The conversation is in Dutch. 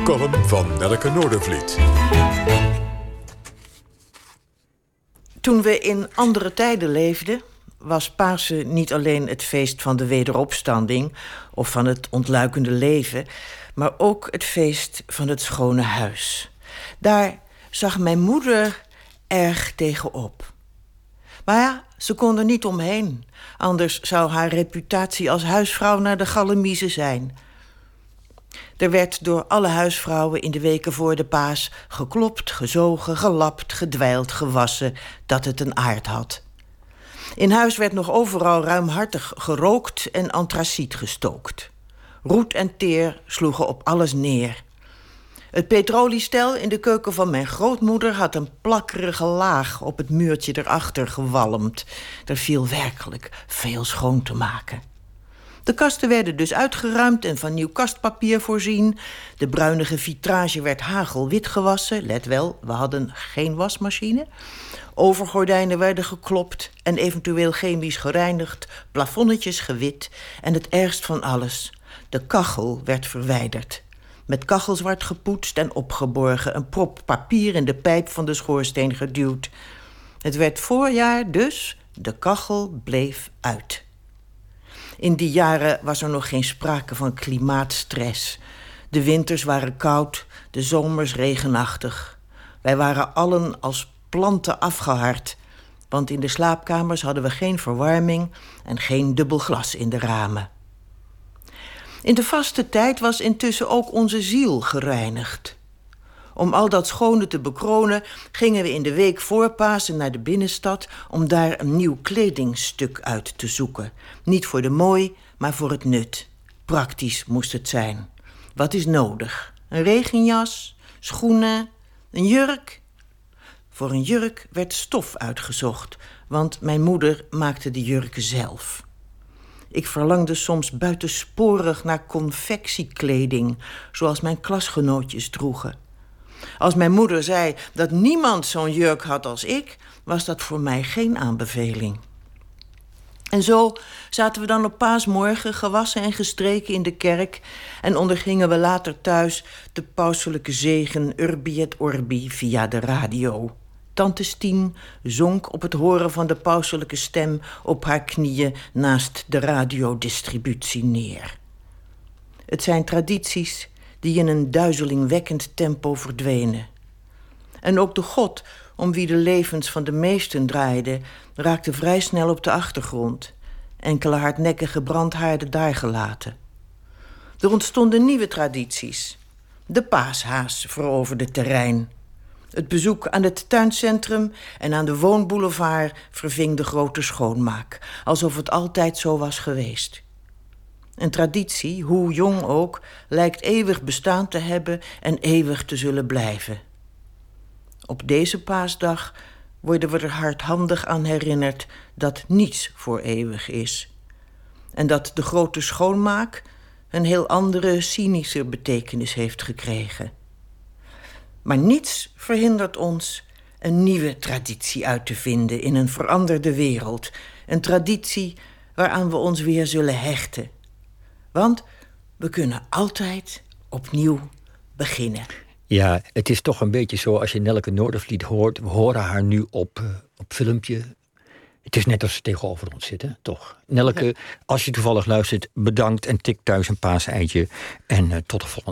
column van Nelleke Noordervliet. Toen we in andere tijden leefden, was Pasen niet alleen het feest van de wederopstanding of van het ontluikende leven, maar ook het feest van het schone huis. Daar zag mijn moeder erg tegenop. Maar ja, ze kon er niet omheen. Anders zou haar reputatie als huisvrouw naar de galamiezen zijn. Er werd door alle huisvrouwen in de weken voor de Paas geklopt, gezogen, gelapt, gedwijld, gewassen, dat het een aard had. In huis werd nog overal ruimhartig gerookt en antraciet gestookt. Roet en teer sloegen op alles neer. Het petroliestel in de keuken van mijn grootmoeder had een plakkerige laag op het muurtje erachter gewalmd. Er viel werkelijk veel schoon te maken. De kasten werden dus uitgeruimd en van nieuw kastpapier voorzien. De bruinige vitrage werd hagelwit gewassen. Let wel, we hadden geen wasmachine. Overgordijnen werden geklopt en eventueel chemisch gereinigd. Plafonnetjes gewit en het ergst van alles, de kachel werd verwijderd. Met kachelzwart gepoetst en opgeborgen, een prop papier in de pijp van de schoorsteen geduwd. Het werd voorjaar, dus de kachel bleef uit. In die jaren was er nog geen sprake van klimaatstress. De winters waren koud, de zomers regenachtig. Wij waren allen als planten afgehard, want in de slaapkamers hadden we geen verwarming en geen dubbel glas in de ramen. In de vaste tijd was intussen ook onze ziel gereinigd. Om al dat schone te bekronen gingen we in de week voor Pasen naar de binnenstad om daar een nieuw kledingstuk uit te zoeken. Niet voor de mooi, maar voor het nut. Praktisch moest het zijn. Wat is nodig? Een regenjas, schoenen, een jurk? Voor een jurk werd stof uitgezocht, want mijn moeder maakte de jurken zelf. Ik verlangde soms buitensporig naar confectiekleding, zoals mijn klasgenootjes droegen. Als mijn moeder zei dat niemand zo'n jurk had als ik, was dat voor mij geen aanbeveling. En zo zaten we dan op Paasmorgen gewassen en gestreken in de kerk en ondergingen we later thuis de pauselijke zegen Urbi et Orbi via de radio. Tante Stien zonk op het horen van de pauselijke stem op haar knieën naast de radiodistributie neer. Het zijn tradities die in een duizelingwekkend tempo verdwenen. En ook de God, om wie de levens van de meesten draaiden, raakte vrij snel op de achtergrond. Enkele hardnekkige brandhaarden daargelaten. Er ontstonden nieuwe tradities. De paashaas veroverde terrein. Het bezoek aan het tuincentrum en aan de woonboulevard verving de grote schoonmaak, alsof het altijd zo was geweest. Een traditie, hoe jong ook, lijkt eeuwig bestaan te hebben en eeuwig te zullen blijven. Op deze paasdag worden we er hardhandig aan herinnerd dat niets voor eeuwig is. En dat de grote schoonmaak een heel andere, cynische betekenis heeft gekregen. Maar niets verhindert ons een nieuwe traditie uit te vinden in een veranderde wereld. Een traditie waaraan we ons weer zullen hechten. Want we kunnen altijd opnieuw beginnen. Ja, het is toch een beetje zo als je Nelleke Noordervliet hoort. We horen haar nu op filmpje. Het is net als ze tegenover ons zitten, toch? Nelleke, als je toevallig luistert, bedankt en tik thuis een paaseitje. En tot de volgende.